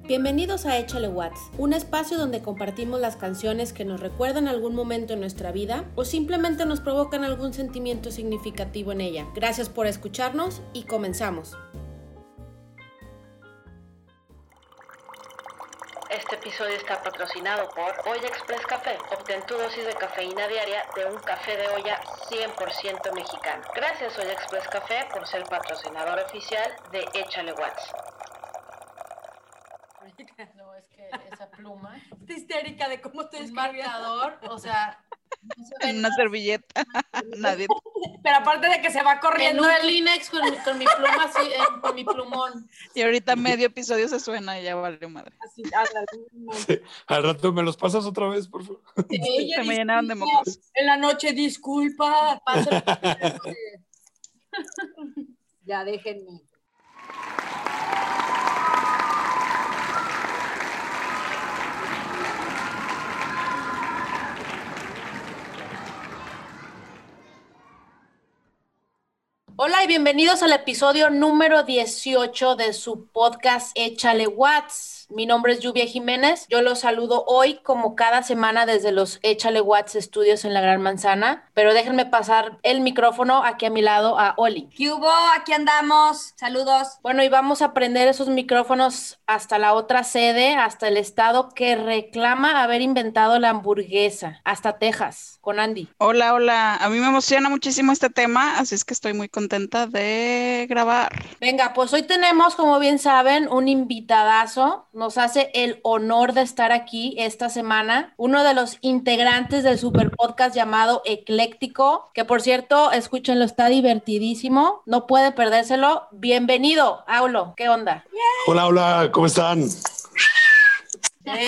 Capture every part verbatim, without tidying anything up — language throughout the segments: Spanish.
Bienvenidos a Échale Watts, un espacio donde compartimos las canciones que nos recuerdan algún momento en nuestra vida o simplemente nos provocan algún sentimiento significativo en ella. Gracias por escucharnos y comenzamos. Este episodio está patrocinado por Olla Express Café. Obtén tu dosis de cafeína diaria de un café de olla cien por ciento mexicano. Gracias Olla Express Café por ser patrocinador oficial de Échale Watts. No, es que esa pluma. Esta histérica de cómo te Un marcador, o sea, no se ve en una nada. servilleta. Nadie. Pero aparte de que se va corriendo. En un Kleenex con, mi- con mi pluma así, eh, con mi plumón. Y ahorita medio episodio se suena y ya valió madre. Así, ándale. Sí. Al rato me los pasas otra vez, por favor. Oye, Se me llenaron de disculpa, mocos. En la noche, disculpa. Pásale. Ya déjenme. Hola y bienvenidos al episodio número dieciocho de su podcast Échale Watts. Mi nombre es Lluvia Jiménez. Yo los saludo hoy como cada semana desde los Échale Watts estudios en la Gran Manzana. Pero déjenme pasar el micrófono aquí a mi lado a Oli. ¿Qué hubo? Aquí andamos. Saludos. Bueno, y vamos a prender esos micrófonos hasta la otra sede, hasta el estado que reclama haber inventado la hamburguesa, hasta Texas, con Andy. Hola, hola. A mí me emociona muchísimo este tema, así es que estoy muy contenta de grabar. Venga, pues hoy tenemos, como bien saben, un invitadazo. Nos hace el honor de estar aquí esta semana. Uno de los integrantes del super podcast llamado Ecléctico, que por cierto, escúchenlo, está divertidísimo. No puede perdérselo. Bienvenido, Aulo. ¿Qué onda? Hola, hola, ¿cómo están? Eh,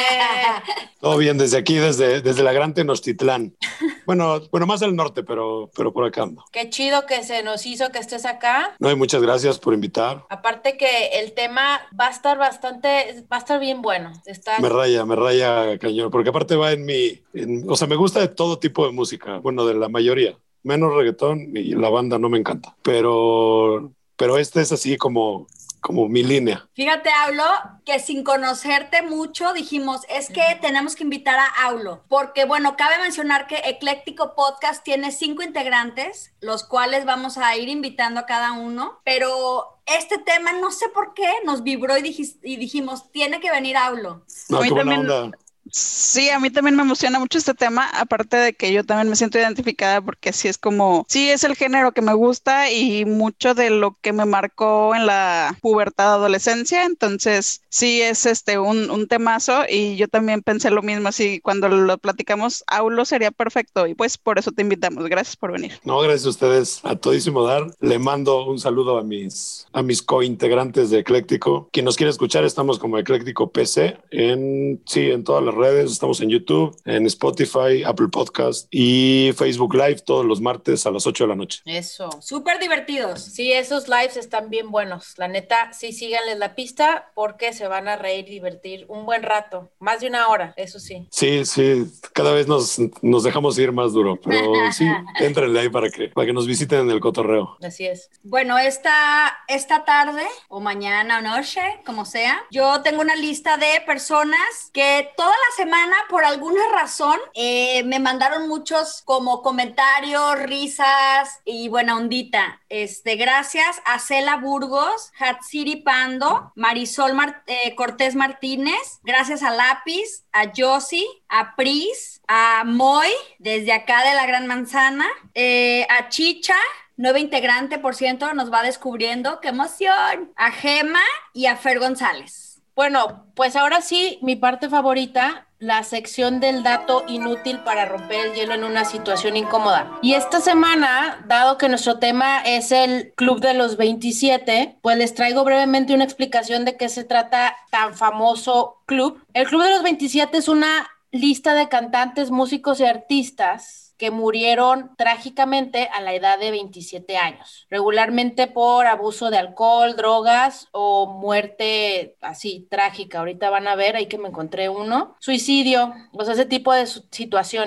Todo bien desde aquí, desde, desde la Gran Tenochtitlán. Bueno, bueno, más al norte, pero, pero por acá ando. qué chido que se nos hizo que estés acá. No, y muchas gracias por invitar. Aparte que el tema va a estar bastante, va a estar bien bueno. Está... Me raya, me raya cañón, porque aparte va en mi, en- o sea, me gusta de todo tipo de música, bueno, de la mayoría, menos reggaetón y la banda no me encanta, pero, pero este es así como, como mi línea. Fíjate, Aulo, que sin conocerte mucho dijimos, es que tenemos que invitar a Aulo, porque bueno, cabe mencionar que Ecléctico Podcast tiene cinco integrantes, los cuales vamos a ir invitando a cada uno, pero este tema no sé por qué nos vibró y, dijis- y dijimos, tiene que venir Aulo. No, A mí qué buena también- onda. Sí, a mí también me emociona mucho este tema, aparte de que yo también me siento identificada porque así es como, sí es el género que me gusta y mucho de lo que me marcó en la pubertad, adolescencia, entonces sí es este un, un temazo y yo también pensé lo mismo, así cuando lo platicamos, Aulo sería perfecto y pues por eso te invitamos, gracias por venir. No, gracias a ustedes, a todísimo dar. Le mando un saludo a mis, a mis cointegrantes de Ecléctico. Quien nos quiere escuchar, estamos como Ecléctico P C en, sí, en todas las redes. Estamos en YouTube, en Spotify, Apple Podcast y Facebook Live todos los martes a las ocho de la noche. Eso. Súper divertidos. Sí, esos lives están bien buenos. La neta, sí, síganles la pista porque se van a reír y divertir un buen rato. Más de una hora, eso sí. Sí, sí, cada vez nos, nos dejamos ir más duro, pero sí, éntrenle ahí para que, para que nos visiten en el cotorreo. Así es. Bueno, esta, esta tarde o mañana o noche, como sea, yo tengo una lista de personas que toda la semana, por alguna razón, eh, me mandaron muchos como comentarios, risas y buena ondita. Este, gracias a Cela Burgos, Hatsiri Pando, Marisol Mar- eh, Cortés Martínez, gracias a Lápiz, a Josie, a Pris, a Moy, desde acá de la Gran Manzana, eh, a Chicha, nueva integrante, por ciento, nos va descubriendo. ¡Qué emoción! A Gema y a Fer González. Bueno, pues ahora sí, mi parte favorita, la sección del dato inútil para romper el hielo en una situación incómoda. Y esta semana, dado que nuestro tema es el Club de los veintisiete, pues les traigo brevemente una explicación de qué se trata tan famoso club. El Club de los veintisiete es una lista de cantantes, músicos y artistas que murieron trágicamente a la edad de veintisiete años, regularmente por abuso de alcohol, drogas o muerte así trágica. Ahorita van a ver, ahí que me encontré uno. Suicidio, o sea, ese tipo de su- situaciones.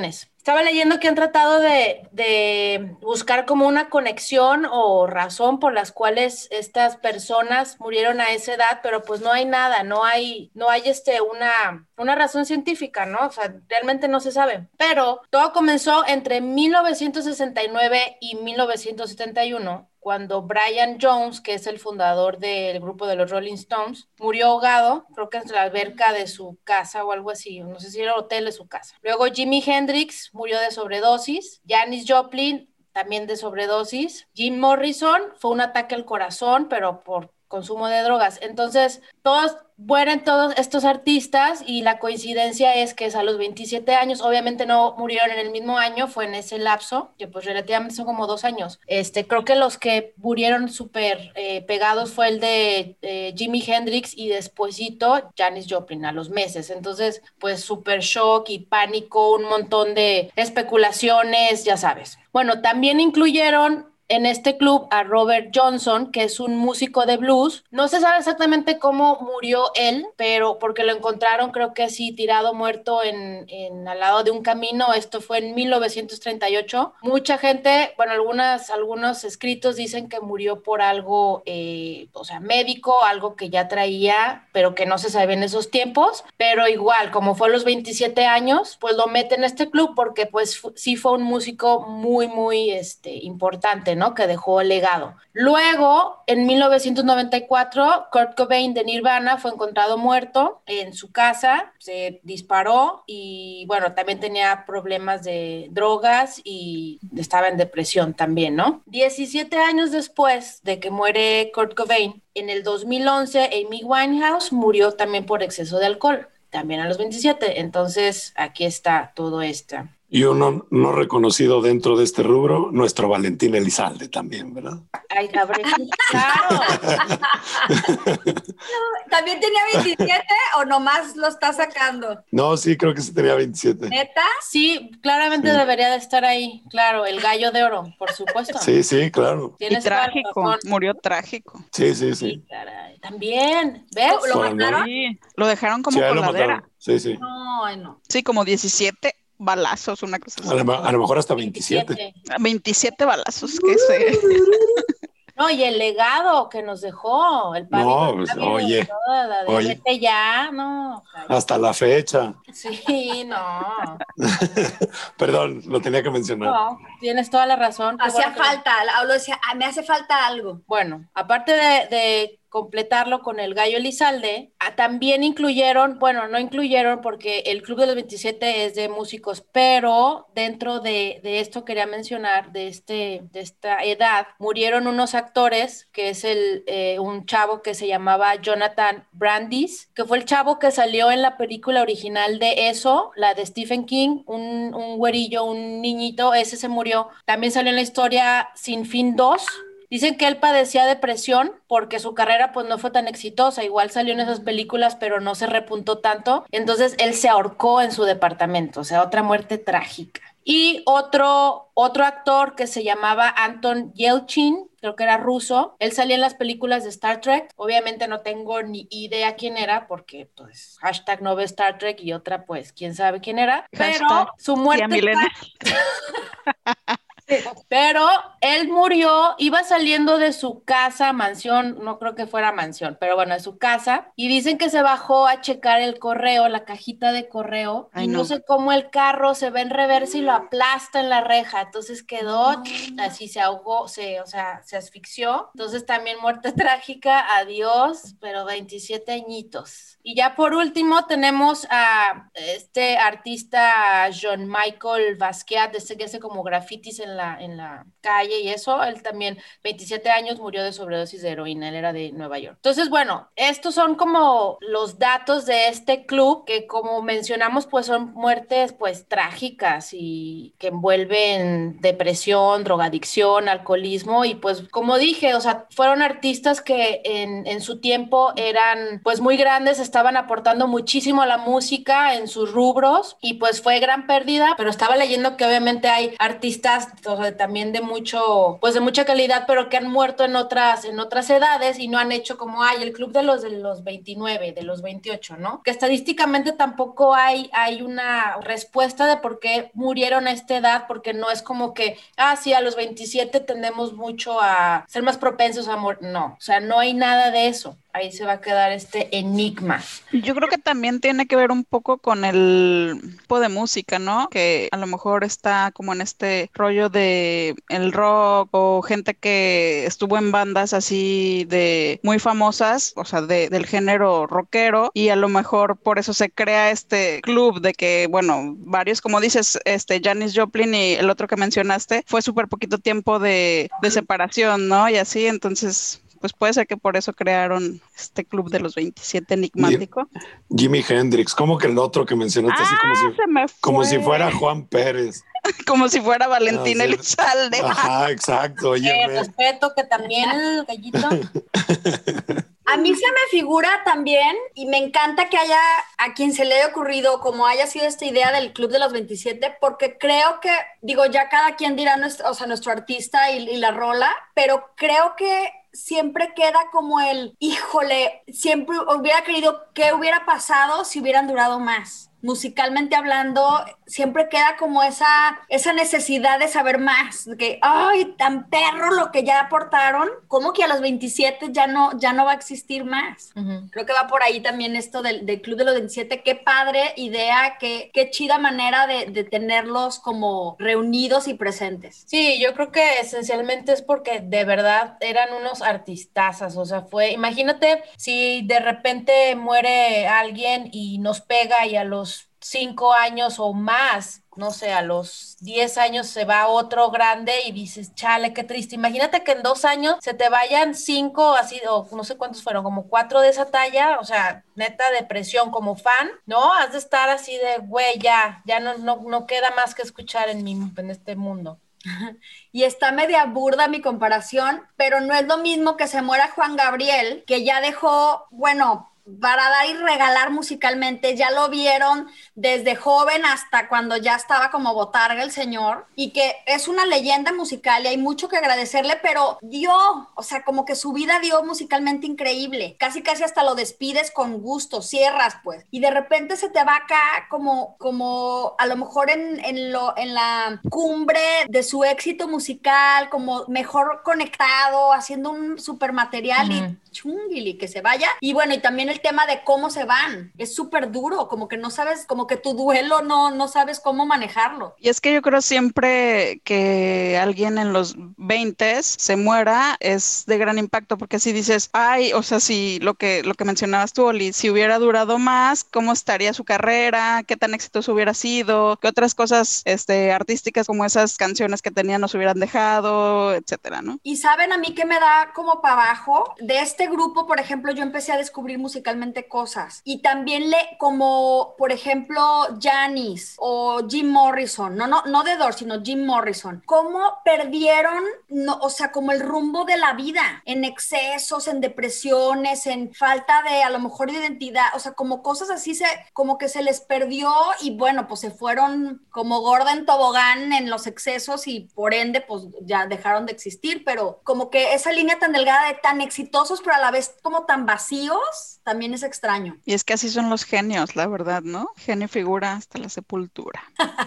Estaba leyendo que han tratado de, de buscar como una conexión o razón por las cuales estas personas murieron a esa edad, pero pues no hay nada, no hay, no hay este, una, una razón científica, ¿no? O sea, realmente no se sabe. Pero todo comenzó entre mil novecientos sesenta y nueve y mil novecientos setenta y uno, cuando Brian Jones, que es el fundador del grupo de los Rolling Stones, murió ahogado, creo que en la alberca de su casa o algo así, no sé si era el hotel de su casa. Luego Jimi Hendrix murió de sobredosis, Janis Joplin también de sobredosis, Jim Morrison fue un ataque al corazón, pero por consumo de drogas. Entonces, todos mueren todos estos artistas y la coincidencia es que es a los veintisiete años, obviamente no murieron en el mismo año, fue en ese lapso, que pues relativamente son como dos años. Este, creo que los que murieron súper eh, pegados fue el de eh, Jimi Hendrix y despuesito Janis Joplin a los meses. Entonces, pues súper shock y pánico, un montón de especulaciones, ya sabes. Bueno, también incluyeron en este club a Robert Johnson, que es un músico de blues. No se sabe exactamente cómo murió él, pero porque lo encontraron, creo que sí, tirado muerto en, en al lado de un camino. Esto fue en mil novecientos treinta y ocho. Mucha gente, bueno, algunas, algunos escritos dicen que murió por algo, eh, o sea, médico, algo que ya traía, pero que no se sabe en esos tiempos. Pero igual, como fue a los veintisiete años, pues lo meten en este club porque pues sí fue un músico muy, muy este, importante, ¿no? Que dejó legado. Luego, en mil novecientos noventa y cuatro, Kurt Cobain de Nirvana fue encontrado muerto en su casa, se disparó y, bueno, también tenía problemas de drogas y estaba en depresión también, ¿no? diecisiete años después de que muere Kurt Cobain, en el dos mil once, Amy Winehouse murió también por exceso de alcohol, también a los veintisiete. Entonces, aquí está todo esto. Y uno no reconocido dentro de este rubro, nuestro Valentín Elizalde también, ¿verdad? Ay, cabrón, claro. ¿También tenía veintisiete o nomás lo está sacando? No, sí, creo que sí tenía veintisiete. ¿Neta? Sí, claramente sí. Debería de estar ahí, claro, el gallo de oro, por supuesto. Sí, sí, claro. Y trágico, murió trágico. Sí, sí, sí. Sí, caray. También, ¿ves? ¿Lo, lo mataron? Sí, lo dejaron como sí, coladera. Sí, sí. No, no. Sí, como diecisiete balazos, una cosa así. A lo, a lo mejor hasta veintisiete. veintisiete. veintisiete balazos, que sé. No, y el legado que nos dejó, el padre. No, pues, oye, toda, de oye. ya, no. Hasta la fecha. Sí, no. Perdón, lo tenía que mencionar. No, tienes toda la razón. Hacía bueno falta, hablo decía, ah, me hace falta algo. Bueno, aparte de, de completarlo con el gallo Elizalde, ah, también incluyeron, bueno, no incluyeron porque el Club de los veintisiete es de músicos, pero dentro de, de esto quería mencionar, de, este, de esta edad, murieron unos actores, que es el, eh, un chavo que se llamaba Jonathan Brandis, que fue el chavo que salió en la película original de Eso, la de Stephen King, un, un güerillo, un niñito, ese se murió. También salió en la historia Sin Fin dos. Dicen que él padecía depresión porque su carrera pues no fue tan exitosa, igual salió en esas películas pero no se repuntó tanto, entonces él se ahorcó en su departamento, o sea, otra muerte trágica. Y otro, otro actor que se llamaba Anton Yelchin, creo que era ruso, él salía en las películas de Star Trek, obviamente no tengo ni idea quién era porque pues hashtag no ve Star Trek y otra pues quién sabe quién era, pero hashtag su muerte... Pero él murió, iba saliendo de su casa, mansión, no creo que fuera mansión, pero bueno, de su casa, y dicen que se bajó a checar el correo, la cajita de correo, Ay, y no. no sé cómo el carro se ve en reversa y lo aplasta en la reja, entonces quedó, así se ahogó, se, o sea, se asfixió, entonces también muerte trágica, adiós, pero veintisiete añitos. Y ya por último tenemos a este artista John Michael Basquiat, este que hace como grafitis en la, en la calle y eso, él también, veintisiete años, murió de sobredosis de heroína, él era de Nueva York. Entonces, bueno, estos son como los datos de este club, que como mencionamos, pues son muertes pues trágicas y que envuelven depresión, drogadicción, alcoholismo y pues como dije, o sea, fueron artistas que en, en su tiempo eran pues muy grandes, estaban aportando muchísimo a la música en sus rubros y pues fue gran pérdida, pero estaba leyendo que obviamente hay artistas o sea, también de mucho, pues de mucha calidad, pero que han muerto en otras, en otras edades y no han hecho como hay el club de los de los veintinueve, de los veintiocho, ¿no? Que estadísticamente tampoco hay, hay una respuesta de por qué murieron a esta edad, porque no es como que, ah, sí, a los veintisiete tendemos mucho a ser más propensos a morir. No, o sea, no hay nada de eso. Ahí se va a quedar este enigma. Yo creo que también tiene que ver un poco con el tipo de música, ¿no? Que a lo mejor está como en este rollo de el rock o gente que estuvo en bandas así de muy famosas, o sea, de, del género rockero, y a lo mejor por eso se crea este club de que, bueno, varios, como dices, este Janis Joplin y el otro que mencionaste, fue súper poquito tiempo de, de separación, ¿no? Y así, entonces pues puede ser que por eso crearon este club de los veintisiete enigmático. Jimi Hendrix, ¿cómo que el otro que mencionaste? Ah, así como si, se me fue. como si fuera Juan Pérez. Como si fuera Valentín Así, Elizalde. Ajá, exacto. Oye, Eh, me- respeto que también el gallito. A mí se me figura también, y me encanta que haya a quien se le haya ocurrido, como haya sido esta idea del Club de los veintisiete, porque creo que, digo, ya cada quien dirá, nuestro, o sea, nuestro artista y, y la rola, pero creo que siempre queda como el, híjole, siempre hubiera querido qué hubiera pasado si hubieran durado más. Musicalmente hablando, siempre queda como esa, esa necesidad de saber más, de que, ay, tan perro lo que ya aportaron, como que a los veintisiete ya no, ya no va a existir más. Uh-huh. Creo que va por ahí también esto del, del Club de los veintisiete, qué padre idea, qué, qué chida manera de, de tenerlos como reunidos y presentes. Sí, yo creo que esencialmente es porque de verdad eran unos artistazas, o sea, fue, imagínate si de repente muere alguien y nos pega y a los cinco años o más, no sé, a los diez años se va otro grande y dices, chale, qué triste. Imagínate que en dos años se te vayan cinco, así, o no sé cuántos fueron, como cuatro de esa talla, o sea, neta depresión como fan, ¿no? Has de estar así de, güey, ya, ya no, no, no queda más que escuchar en, mi, en este mundo. Y está media burda mi comparación, pero no es lo mismo que se muera Juan Gabriel, que ya dejó, bueno, para dar y regalar musicalmente, ya lo vieron desde joven hasta cuando ya estaba como botarga el señor, y que es una leyenda musical y hay mucho que agradecerle, pero dio, o sea, como que su vida dio musicalmente increíble, casi casi hasta lo despides con gusto, cierras pues, y de repente se te va acá como, como a lo mejor en, en, lo, en la cumbre de su éxito musical, como mejor conectado, haciendo un super material, uh-huh. y chungili, que se vaya, y bueno, y también el tema de cómo se van, es súper duro, como que no sabes, como que tu duelo no, no sabes cómo manejarlo. Y es que yo creo siempre que alguien en los veintes se muera es de gran impacto, porque si dices, ay, o sea, si lo que, lo que mencionabas tú, Oli, si hubiera durado más, ¿cómo estaría su carrera? ¿Qué tan exitoso hubiera sido? ¿Qué otras cosas este, artísticas como esas canciones que tenían nos hubieran dejado, etcétera, ¿no? Y saben a mí que me da como para abajo, de este grupo, por ejemplo, yo empecé a descubrir musicalmente cosas, y también le, como por ejemplo Janis o Jim Morrison, no, no, no de Doors, sino Jim Morrison, cómo perdieron, no, o sea, como el rumbo de la vida, en excesos, en depresiones, en falta de a lo mejor de identidad, o sea, como cosas así, se, como que se les perdió, y bueno, pues se fueron como gorda en tobogán en los excesos, y por ende pues ya dejaron de existir, pero como que esa línea tan delgada de tan exitosos pero a la vez como tan vacíos, también es extraño. Y es que así son los genios, la verdad, ¿no? Genio figura hasta la sepultura.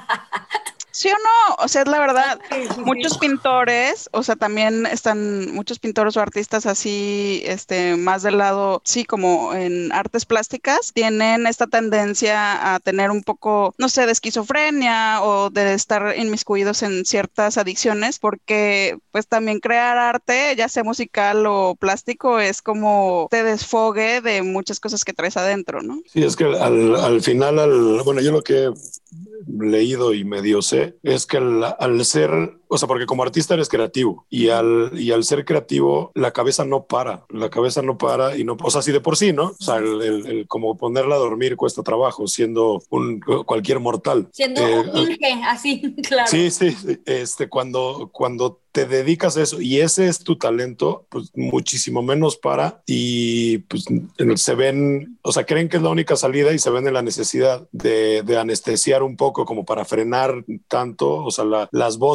¿Sí o no? O sea, es la verdad, sí, sí, muchos sí. pintores, o sea, también están muchos pintores o artistas así, este, más del lado, sí, como en artes plásticas, tienen esta tendencia a tener un poco, no sé, de esquizofrenia o de estar inmiscuidos en ciertas adicciones, porque pues también crear arte, ya sea musical o plástico, es como te desfogue de muchas cosas que traes adentro, ¿no? Sí, es que al, al final, al, bueno, yo lo que he leído y medio sé, es que al, al ser, o sea, porque como artista eres creativo, y al, y al ser creativo, la cabeza no para, la cabeza no para, y no, o sea, así de por sí, ¿no? O sea, el, el, el como ponerla a dormir cuesta trabajo, siendo un cualquier mortal. Siendo eh, un inge, así, claro. Sí, sí, este, cuando, cuando te dedicas a eso y ese es tu talento, pues muchísimo menos para, y pues se ven, o sea, creen que es la única salida y se ven en la necesidad de, de anestesiar un poco como para frenar tanto, o sea, la, las voces o las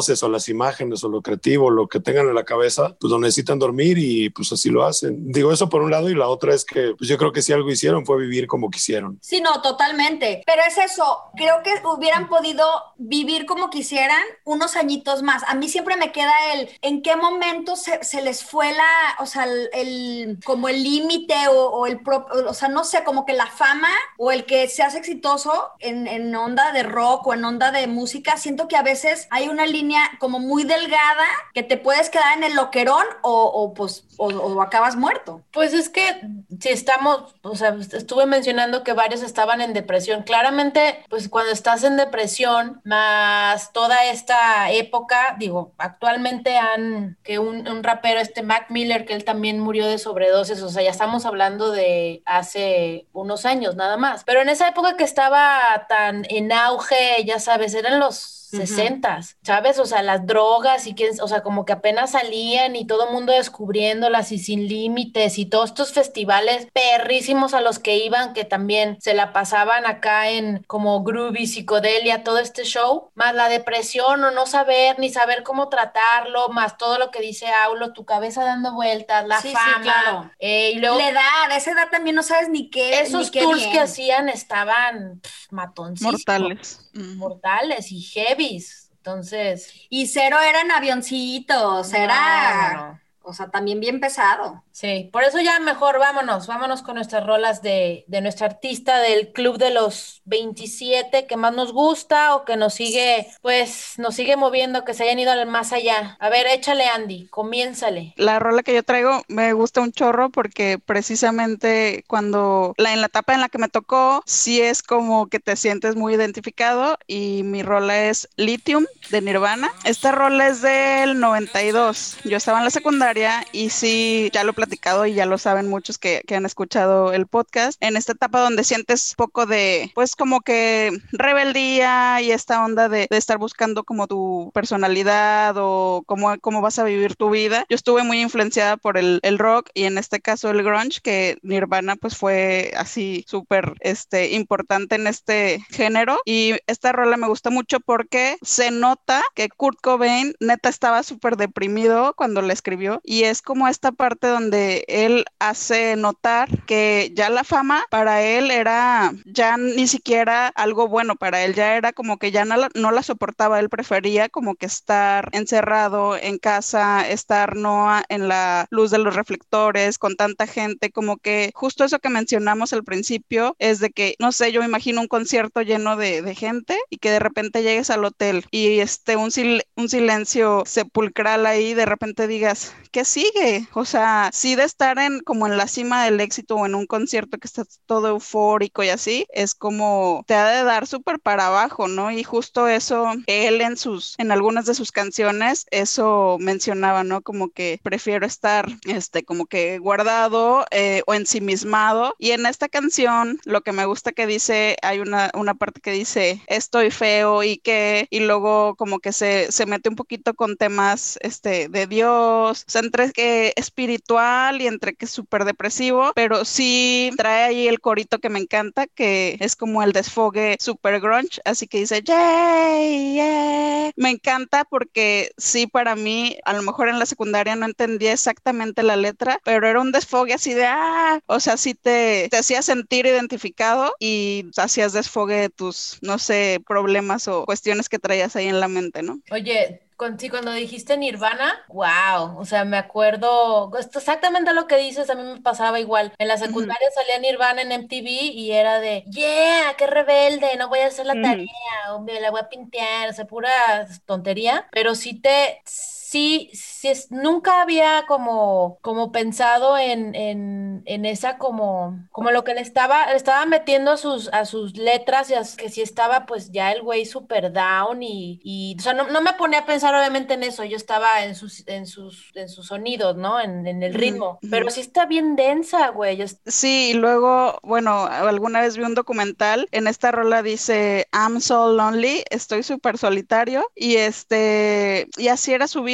las imágenes o lo creativo, lo que tengan en la cabeza, pues lo necesitan dormir y pues así lo hacen. Digo eso por un lado y la otra es que pues yo creo que si algo hicieron fue vivir como quisieron. Sí, no, totalmente. Pero es eso, creo que hubieran podido vivir como quisieran unos añitos más. A mí siempre me queda el, ¿en qué momento se, se les fue la, o sea, el, el como el límite o, o el, pro, o sea, no sé, como que la fama o el que seas exitoso en, en onda de rock o en onda de música? Siento que a veces hay una línea como muy delgada que te puedes quedar en el loquerón o, o pues, o, o acabas muerto. Pues es que si estamos, o sea, estuve mencionando que varios estaban en depresión. Claramente, pues cuando estás en depresión, más toda esta época, digo, actualmente han, que un, un rapero, este Mac Miller, que él también murió de sobredosis, o sea, ya estamos hablando de hace unos años nada más. Pero en esa época que estaba tan en auge, ya sabes, eran los sesentas, ¿sabes? O sea, las drogas y que, o sea, como que apenas salían y todo el mundo descubriéndolas y sin límites y todos estos festivales perrísimos a los que iban, que también se la pasaban acá en como groovy, psicodelia, todo este show, más la depresión o no saber ni saber cómo tratarlo, más todo lo que dice Aulo, tu cabeza dando vueltas, la Sí, sí, fama, claro. eh, y luego La edad, a esa edad también no sabes ni qué, esos ni qué tours bien. que hacían estaban pff, matoncísimos, Mortales. Mm. mortales y heavies. Entonces, Y cero eran avioncitos, No, era, no, no. o sea, también bien pesado. sí, por eso ya mejor vámonos, vámonos con nuestras rolas de, de nuestra artista del Club de los veintisiete que más nos gusta o que nos sigue, pues, nos sigue moviendo, que se hayan ido al más allá. A ver, échale, Andy, comiénzale. La rola que yo traigo me gusta un chorro porque precisamente cuando la, en la etapa en la que me tocó, sí es como que te sientes muy identificado y mi rola es Lithium de Nirvana. Esta rola es del noventa y dos. Yo estaba en la secundaria y sí, ya lo he platicado y ya lo saben muchos que, que han escuchado el podcast. En esta etapa donde sientes poco de, pues como que rebeldía y esta onda de, de estar buscando como tu personalidad o cómo, cómo vas a vivir tu vida. Yo estuve muy influenciada por el, el rock y en este caso el grunge, que Nirvana pues fue así súper este, importante en este género. Y esta rola me gusta mucho porque se nota que Kurt Cobain neta estaba súper deprimido cuando la escribió y es como esta parte donde él hace notar que ya la fama para él era ya ni siquiera algo bueno para él, ya era como que ya no la, no la soportaba, él prefería como que estar encerrado en casa, estar no a- en la luz de los reflectores con tanta gente, como que justo eso que mencionamos al principio es de que, no sé, yo me imagino un concierto lleno de, de gente y que de repente llegues al hotel y este un, sil- un silencio sepulcral ahí, de repente digas, ¿qué sigue? O sea, sí de estar en como en la cima del éxito o en un concierto que está todo eufórico y así, es como te ha de dar súper para abajo, ¿no? Y justo eso, él en sus, en algunas de sus canciones, eso mencionaba, ¿no? Como que prefiero estar, este, como que guardado eh, o ensimismado. Y en esta canción, lo que me gusta que dice, hay una, una parte que dice, estoy feo y que, y luego como que se, se mete un poquito con temas, este, de Dios, o sea, entre que espiritual y entre que es súper depresivo, pero sí trae ahí el corito que me encanta, que es como el desfogue super grunge, así que dice, yay, yeah. Me encanta porque sí, para mí, a lo mejor en la secundaria no entendía exactamente la letra, pero era un desfogue así de, ah, o sea, sí te, te hacía sentir identificado y hacías desfogue de tus, no sé, problemas o cuestiones que traías ahí en la mente, ¿no? Oye, con, sí, cuando dijiste Nirvana, wow, o sea, me acuerdo, esto exactamente lo que dices, a mí me pasaba igual. En la Ujú, secundaria salía Nirvana en M T V y era de, yeah, qué rebelde, no voy a hacer la tarea, ujú. o me la voy a pintar, o sea, pura tontería, pero sí te, sí, sí es, nunca había como, como pensado en, en, en esa como, como lo que le estaba, le estaba metiendo a sus, a sus letras y a, que sí estaba pues ya el güey super down y, y o sea, no, no me ponía a pensar obviamente en eso, yo estaba en sus, en sus, en sus sonidos, ¿no? En, en el Ujú, ritmo, pero ujú. sí está bien densa, güey. yo- Sí, y luego, bueno, alguna vez vi un documental, en esta rola dice, I'm so lonely, estoy súper solitario, y este, y así era su vida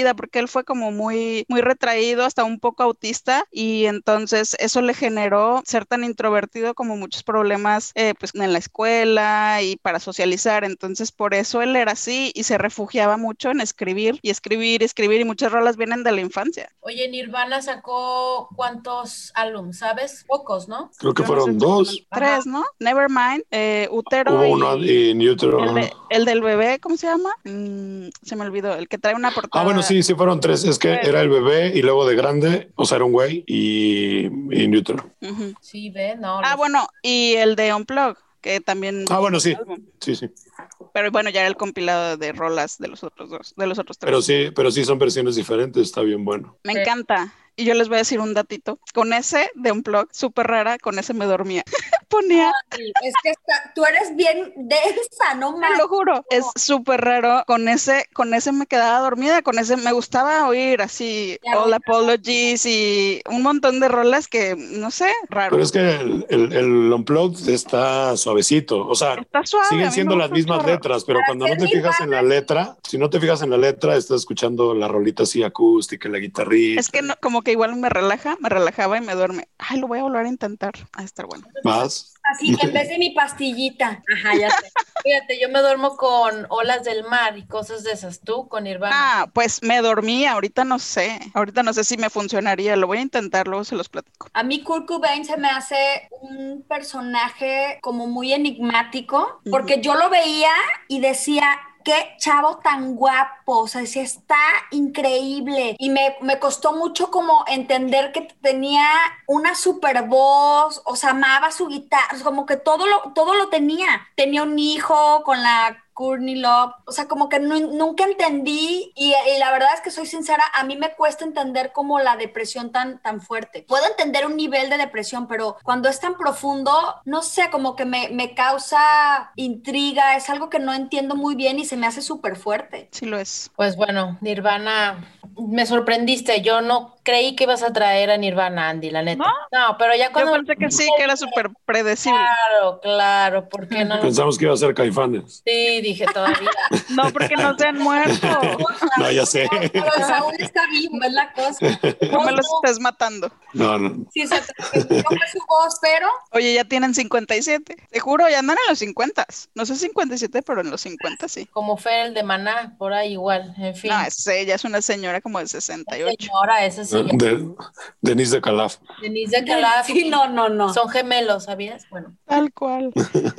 vida, porque él fue como muy, muy retraído, hasta un poco autista, y entonces eso le generó ser tan introvertido como muchos problemas eh, pues en la escuela y para socializar. Entonces por eso él era así y se refugiaba mucho en escribir y escribir y escribir, y muchas rolas vienen de la infancia. Oye, Nirvana sacó ¿cuántos álbumes? ¿Sabes? Pocos, ¿no? Creo que Yo no sé fueron dos. exactamente. Tres, ¿no? Nevermind, eh, Útero Hubo y uno en Utero. el, de- el del bebé, ¿cómo se llama? Mm, se me olvidó, el que trae una Ah, portada. bueno, sí, sí fueron tres. Es que Tres. era el bebé y luego de grande, o sea, era un güey y, y Newton. Ujú. Sí, ve, no. Ah, los- bueno, y el de Unplug, que también... Ah, bueno, sí. álbum. Sí, sí. Pero bueno, ya era el compilado de rolas de los otros dos, de los otros tres. Pero sí, pero sí son versiones diferentes, está bien bueno. Me Sí. encanta. Y yo les voy a decir un datito. Con ese de Unplug, súper rara, con ese me dormía. Ponía, Es que está- tú eres bien densa, no te más. lo juro, es súper raro. Con ese, con ese me quedaba dormida, con ese me gustaba oír así Ya, All bueno. Apologies y un montón de rolas que, no sé, raro. Pero es que el, el, el Unplugged está suavecito. O sea, Está suave, a siguen mí siendo me las gusta un mismas chorro. letras, pero Para cuando no ser te fijas en la letra, si no te fijas en la letra, estás escuchando la rolita así acústica, la guitarrita. Es que no, como que igual me relaja, me relajaba y me duerme. Ay, lo voy a volver a intentar. A estar bueno. Más. Así, en vez de mi pastillita. Ajá, ya sé. Fíjate, yo me duermo con olas del mar y cosas de esas. Tú con Nirvana. Ah, pues me dormí, ahorita no sé. Ahorita no sé si me funcionaría. Lo voy a intentar, luego se los platico. A mí Kurt Cobain se me hace un personaje como muy enigmático, porque yo lo veía y decía, qué chavo tan guapo, o sea, decía, está increíble. Y me, me costó mucho como entender que tenía una super voz, o sea, amaba su guitarra, o sea, como que todo lo, todo lo tenía. Tenía un hijo con la Courtney Love, o sea, como que nu- nunca entendí y, y la verdad es que soy sincera, a mí me cuesta entender como la depresión tan, tan fuerte. Puedo entender un nivel de depresión, pero cuando es tan profundo, no sé, como que me, me causa intriga, es algo que no entiendo muy bien y se me hace súper fuerte. Sí lo es. Pues bueno, Nirvana, me sorprendiste. Yo no creí que ibas a traer a Nirvana, Andy, la neta. No, pero ya Yo cuando... pensé que sí, que era súper predecible. Claro, claro, ¿por qué no? Pensamos que iba a ser Caifanes. Sí, dije todavía. No, porque no se han muerto. No, ya sé. Pero Saúl está vivo, es la cosa. No me los estés matando. No, no. Sí, se perdió su voz, pero Oye, ya tienen cincuenta y siete. Te juro, ya andan en los cincuenta. No sé cincuenta y siete, pero en los cincuenta sí. Como Fer, el de Maná, por ahí igual, en fin. No, es, ella es una señora como de sesenta y ocho. Señora, esa sí. ya. De, Denise de Calaf. Denise de Calaf. sí, no, no, no. Son gemelos, ¿sabías? Bueno. Tal cual.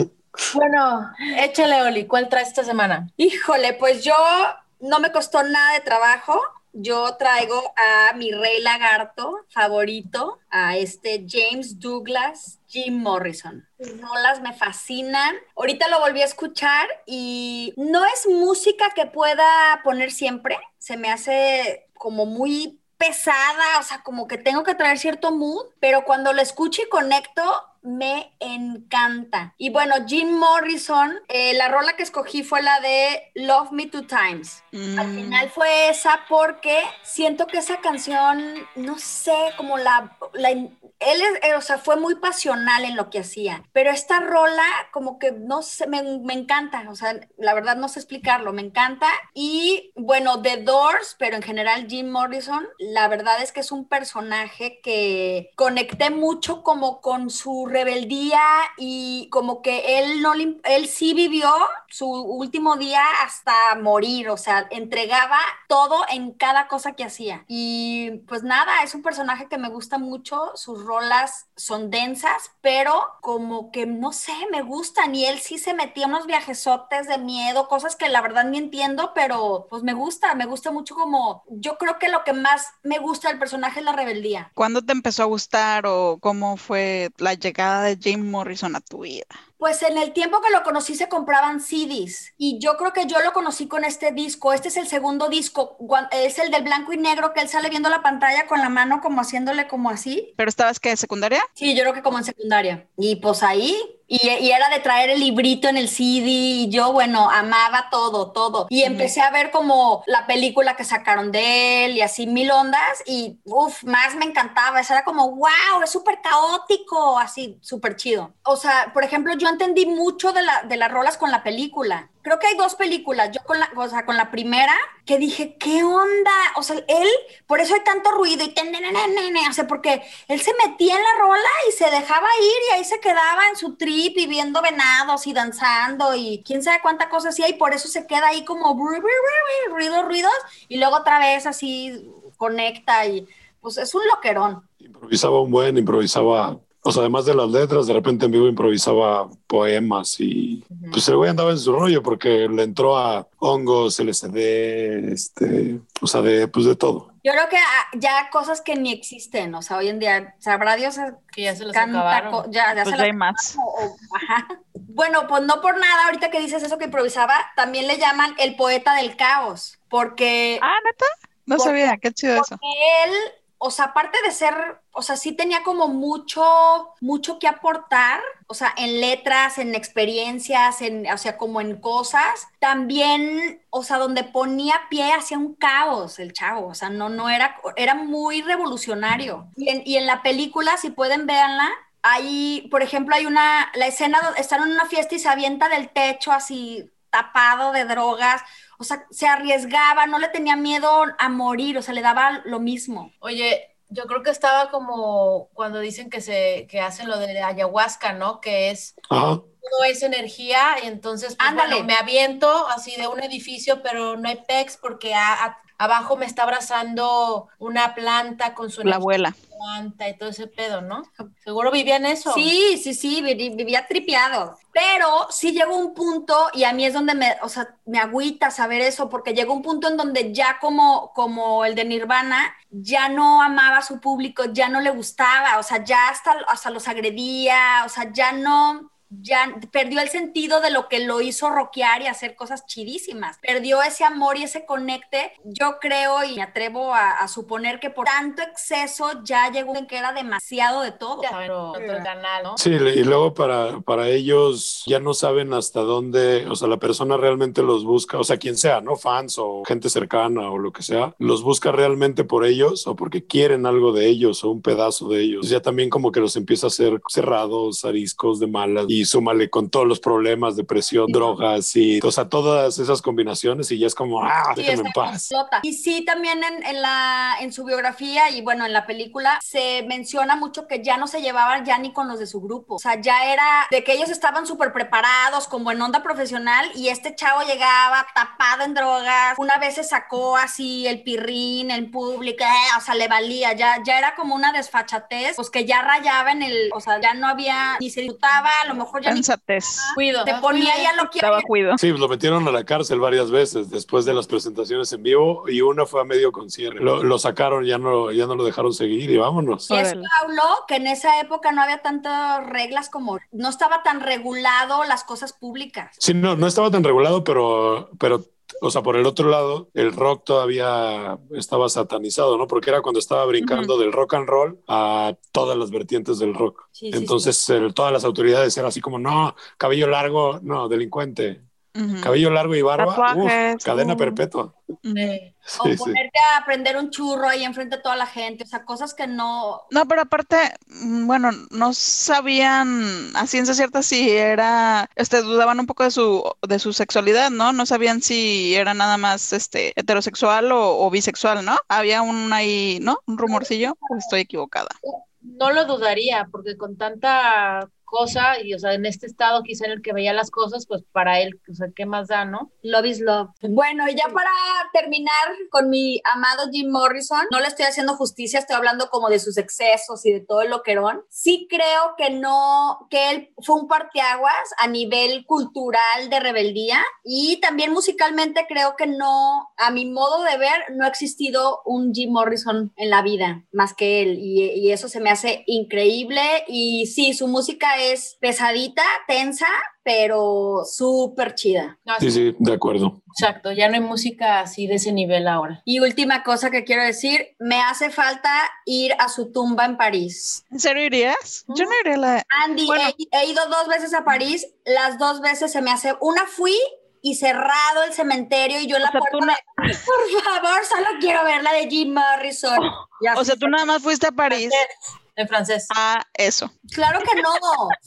Bueno, échale, Oli, ¿cuál traes esta semana? Híjole, pues yo no me costó nada de trabajo. Yo traigo a mi rey lagarto favorito, a este James Douglas, Jim Morrison. Sus rolas me fascinan. Ahorita lo volví a escuchar y no es música que pueda poner siempre. Se me hace como muy pesada, o sea, como que tengo que traer cierto mood, pero cuando lo escucho y conecto, me encanta. Y bueno, Jim Morrison, eh, la rola que escogí fue la de Love Me Two Times. Mm. Al final fue esa porque siento que esa canción, no sé, como la... la él, es, o sea, fue muy pasional en lo que hacía, pero esta rola como que, no sé, me, me encanta, o sea, la verdad no sé explicarlo, me encanta. Y bueno, The Doors, pero en general Jim Morrison, la verdad es que es un personaje que conecté mucho como con su rebeldía y como que él no le, él sí vivió su último día hasta morir, o sea, entregaba todo en cada cosa que hacía. Y pues nada, es un personaje que me gusta mucho, sus rolas son densas, pero como que no sé, me gustan y él sí se metía unos viajesotes de miedo, cosas que la verdad ni entiendo, pero pues me gusta, me gusta mucho como, yo creo que lo que más me gusta del personaje es la rebeldía. ¿Cuándo te empezó a gustar o cómo fue la llegada de Jim Morrison a tu vida? Pues en el tiempo que lo conocí se compraban C Ds y yo creo que yo lo conocí con este disco. Este es el segundo disco, es el del blanco y negro que él sale viendo la pantalla con la mano como haciéndole como así. ¿Pero estabas qué, secundaria? Sí, yo creo que como en secundaria. Y pues ahí, y, y era de traer el librito en el C D y yo, bueno, amaba todo, todo. Y empecé a ver como la película que sacaron de él y así mil ondas y uff, más me encantaba. Eso era como, wow, es súper caótico, así, súper chido. O sea, por ejemplo, yo entendí mucho de, la, de las rolas con la película. Creo que hay dos películas. Yo con la, o sea, con la primera, que dije, ¿qué onda? O sea, él, por eso hay tanto ruido y ten, ten, ten, ten, ten, o sea, porque él se metía en la rola y se dejaba ir y ahí se quedaba en su trip y viendo venados y danzando y quién sabe cuánta cosa hacía y por eso se queda ahí como ruidos, ruidos y luego otra vez así conecta y pues es un loquerón. Improvisaba un buen, improvisaba... O sea, además de las letras, de repente en vivo improvisaba poemas y uh-huh. pues el güey andaba en su rollo porque le entró a hongos, L S D, este, o sea, de, pues de todo. Yo creo que ya cosas que ni existen, o sea, hoy en día, sabrá Dios que ya se los canta, acabaron. Ya, ya pues se hay más. O, o, ajá. Bueno, pues no por nada, ahorita que dices eso que improvisaba, también le llaman el poeta del caos, porque... Ah, ¿neta? No porque, sabía, qué chido porque eso. él... O sea, aparte de ser, o sea, sí tenía como mucho, mucho que aportar, o sea, en letras, en experiencias, en, o sea, como en cosas. También, o sea, donde ponía pie hacia un caos el chavo, o sea, no, no era, era muy revolucionario. Y en, y en la película, si pueden, véanla, hay, por ejemplo, hay una, la escena donde están en una fiesta y se avienta del techo así tapado de drogas. O sea, se arriesgaba, no le tenía miedo a morir, o sea, le daba lo mismo. Oye, yo creo que estaba como cuando dicen que se que hacen lo de ayahuasca, ¿no? Que es Ajá. todo es energía y entonces pues, bueno, me aviento así de un edificio, pero no hay pex porque a, a, abajo me está abrazando una planta con su la abuela. Planta y todo ese pedo, ¿no? Seguro vivían eso. Sí, sí, sí, vivía tripeado. Pero sí llegó un punto, y a mí es donde me, o sea, me agüita saber eso, porque llegó un punto en donde ya como, como el de Nirvana, ya no amaba a su público, ya no le gustaba, o sea, ya hasta, hasta los agredía, o sea, ya no... ya perdió el sentido de lo que lo hizo rockear y hacer cosas chidísimas. Perdió ese amor y ese conecte. Yo creo y me atrevo a, a suponer que por tanto exceso ya llegó en que era demasiado de todo. Ya, pero otro canal, ¿no? Sí, y luego para, para ellos ya no saben hasta dónde, o sea, la persona realmente los busca, o sea, quien sea, ¿no? Fans o gente cercana o lo que sea, los busca realmente por ellos o porque quieren algo de ellos o un pedazo de ellos. Ya también como que los empieza a hacer cerrados, ariscos de malas y súmale con todos los problemas, depresión, sí, drogas y, o sea, todas esas combinaciones y ya es como, ah, sí, déjenme en paz. Explota. Y sí, también en, en, la, en su biografía y bueno, en la película se menciona mucho que ya no se llevaban ya ni con los de su grupo. O sea, ya era de que ellos estaban súper preparados como en onda profesional y este chavo llegaba tapado en drogas. Una vez se sacó así el pirrín en público, eh, o sea, le valía. Ya, ya era como una desfachatez, pues que ya rayaba en el, o sea, ya no había, ni se disfrutaba, a lo mejor ya Pensatez. Ni... Cuido. Te ponía ya lo que Estaba cuido. Sí, lo metieron a la cárcel varias veces después de las presentaciones en vivo y una fue a medio con cierre. Lo, lo sacaron, ya no, ya no lo dejaron seguir y vámonos. Y eso habló que en esa época no había tantas reglas como, no estaba tan regulado las cosas públicas. Sí, no, no estaba tan regulado, pero, pero o sea, por el otro lado, el rock todavía estaba satanizado, ¿no? Porque era cuando estaba brincando uh-huh. del rock and roll a todas las vertientes del rock. Sí, Entonces, sí, sí. El, todas las autoridades eran así como, no, cabello largo, no, delincuente. Uh-huh. Cabello largo y barba, Tatuajes, uf, cadena uh. perpetua. Sí. O sí, ponerte sí. a prender un churro ahí enfrente de toda la gente, o sea, cosas que no... No, pero aparte, bueno, no sabían a ciencia cierta si era, este, dudaban un poco de su, de su sexualidad, ¿no? No sabían si era nada más, este, heterosexual o, o bisexual, ¿no? Había un ahí, ¿no? Un rumorcillo, o estoy equivocada. No lo dudaría, porque con tanta cosa, y o sea, en este estado quizá en el que veía las cosas, pues para él, o sea, ¿qué más da, no? Love is love. Bueno, y ya para terminar con mi amado Jim Morrison, no le estoy haciendo justicia, estoy hablando como de sus excesos y de todo el loquerón. Sí creo que no, que él fue un parteaguas a nivel cultural de rebeldía y también musicalmente creo que no, a mi modo de ver, no ha existido un Jim Morrison en la vida más que él y, y eso se me hace increíble y sí, su música es pesadita, tensa, pero súper chida. Sí, sí, de acuerdo. Exacto, ya no hay música así de ese nivel ahora. Y última cosa que quiero decir, me hace falta ir a su tumba en París. ¿En serio irías? ¿Mm? Yo no iría a la... Andy, bueno. he, he ido dos veces a París, las dos veces se me hace... Una fui y cerrado el cementerio y yo en la puerta no... de... Por favor, solo quiero ver la de Jim Morrison. Oh, o sea, tú nada más fuiste a París. En francés. Ah, eso. Claro que no.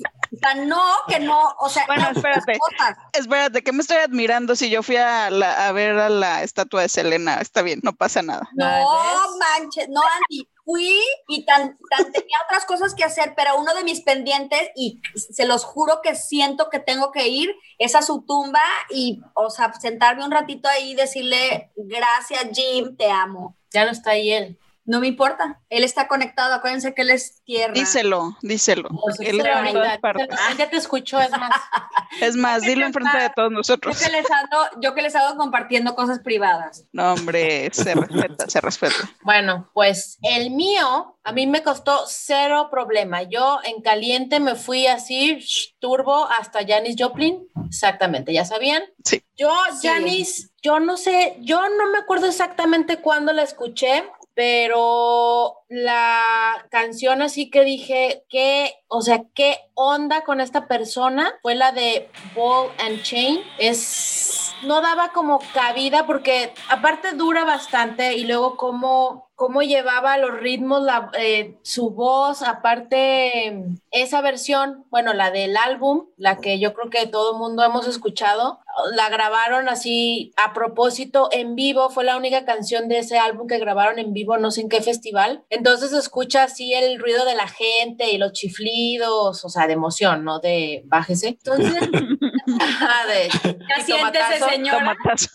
sea, no, que no, o sea, Bueno, no, espérate, cosas. espérate, ¿qué me estoy admirando si yo fui a, la, a ver a la estatua de Selena? Está bien, no pasa nada. No ¿ves? manches, no, Andy, fui y tan, tan tenía otras cosas que hacer, pero uno de mis pendientes, y se los juro que siento que tengo que ir, es a su tumba y, o sea, sentarme un ratito ahí y decirle, gracias, Jim, te amo. Ya no está ahí él. No me importa, él está conectado, acuérdense que él es tierra. Díselo, díselo. Pues Él díselo está en ahorita, todas partes. díselo, ya te escuchó, es más. Es más, dilo enfrente de todos Yo nosotros. que les ando, yo que les ando compartiendo cosas privadas. No, hombre, se respeta, se respeta. Bueno, pues el mío a mí me costó cero problema. Yo en caliente me fui así, shh, turbo, hasta Janis Joplin. Exactamente, ¿ya sabían? Sí. Yo, Sí. Janis, yo no sé, yo no me acuerdo exactamente cuándo la escuché, pero la canción así que dije, ¿qué, o sea, qué onda con esta persona? Fue la de Ball and Chain. Es, no daba como cabida porque aparte dura bastante y luego como cómo llevaba los ritmos, la, eh, su voz, aparte esa versión, bueno, la del álbum, la que yo creo que todo el mundo hemos escuchado, la grabaron así a propósito en vivo, fue la única canción de ese álbum que grabaron en vivo, no sé en qué festival, entonces se escucha así el ruido de la gente y los chiflidos, o sea, de emoción, no de bájese, entonces, de, Ya siéntese, señora. Tomatazo.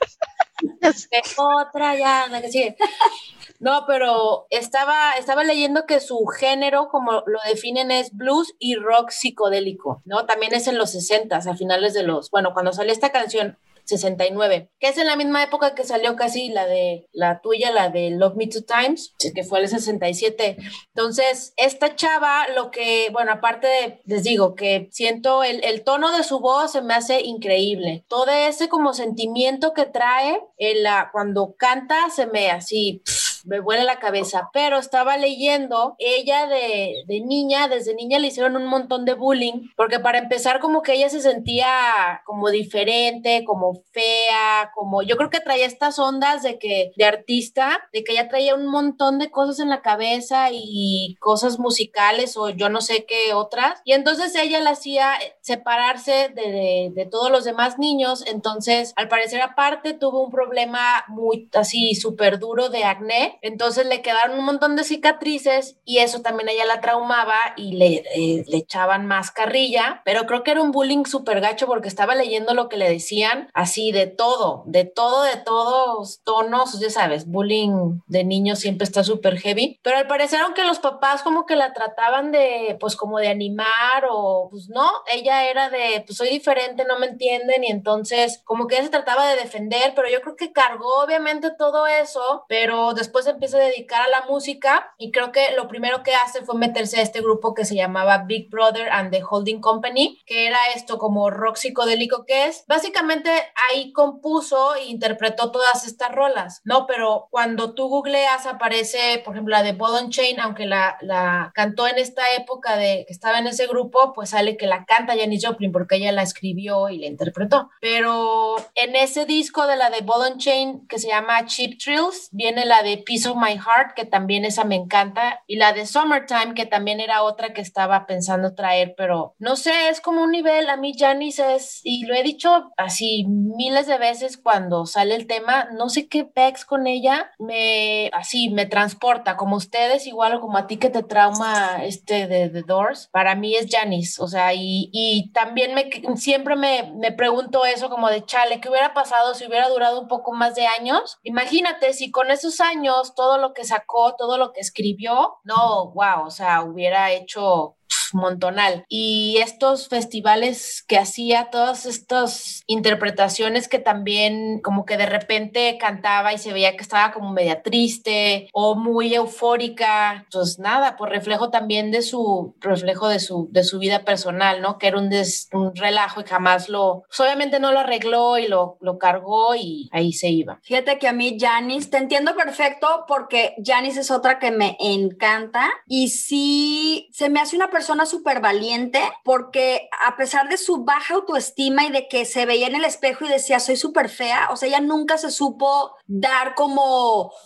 de otra ya, la que sigue. No, pero estaba, estaba leyendo que su género, como lo definen, es blues y rock psicodélico, ¿no? También es en los sesentas, a finales de los, bueno, cuando salió esta canción, sesenta y nueve, que es en la misma época que salió casi la de la tuya, la de Love Me Two Times, que fue el sesenta y siete. Entonces, esta chava, lo que, bueno, aparte de, les digo, que siento el, el tono de su voz se me hace increíble. Todo ese como sentimiento que trae, en la, cuando canta, se me así... Pff, me vuela la cabeza, pero estaba leyendo, ella de, de niña, desde niña le hicieron un montón de bullying, porque para empezar como que ella se sentía como diferente, como fea, como, yo creo que traía estas ondas de que, de artista, de que ella traía un montón de cosas en la cabeza y cosas musicales o yo no sé qué otras, y entonces ella la hacía separarse de, de, de todos los demás niños, entonces al parecer aparte tuvo un problema muy así súper duro de acné, entonces le quedaron un montón de cicatrices y eso también a ella la traumaba y le, eh, le echaban más carrilla, pero creo que era un bullying súper gacho porque estaba leyendo lo que le decían, así de todo, de todo, de todos tonos, ya sabes, bullying de niños siempre está súper heavy, pero al parecer aunque los papás como que la trataban de, pues como de animar o pues no, ella era de, pues soy diferente, no me entienden y entonces como que ella se trataba de defender, pero yo creo que cargó obviamente todo eso, pero después se empieza a dedicar a la música y creo que lo primero que hace fue meterse a este grupo que se llamaba Big Brother and the Holding Company, que era esto como rock psicodélico, que es básicamente ahí compuso e interpretó todas estas rolas, ¿no? Pero cuando tú googleas aparece, por ejemplo, la de Ball and Chain, aunque la, la cantó en esta época de que estaba en ese grupo, pues sale que la canta Janis Joplin porque ella la escribió y la interpretó. Pero en ese disco de la de Ball and Chain que se llama Cheap Thrills, viene la de Piece of My Heart, que también esa me encanta, y la de Summertime, que también era otra que estaba pensando traer, pero no sé, es como un nivel, a mí Janis es, y lo he dicho así miles de veces cuando sale el tema, no sé qué pex con ella, me, así, me transporta, como ustedes, igual o como a ti que te trauma este de The Doors, para mí es Janis, o sea, y, y también me, siempre me, me pregunto eso como de chale, ¿qué hubiera pasado si hubiera durado un poco más de años? Imagínate si con esos años, todo lo que sacó, todo lo que escribió, no, wow, o sea, hubiera hecho montonal. Y estos festivales que hacía, todas estas interpretaciones que también como que de repente cantaba y se veía que estaba como media triste o muy eufórica, pues nada, por reflejo también de su, reflejo de su, de su vida personal, ¿no? Que era un, des, un relajo y jamás lo, pues obviamente no lo arregló y lo, lo cargó y ahí se iba. Fíjate que a mí Janis, te entiendo perfecto porque Janis es otra que me encanta y sí se me hace una persona súper valiente porque a pesar de su baja autoestima y de que se veía en el espejo y decía soy súper fea, o sea, ella nunca se supo dar como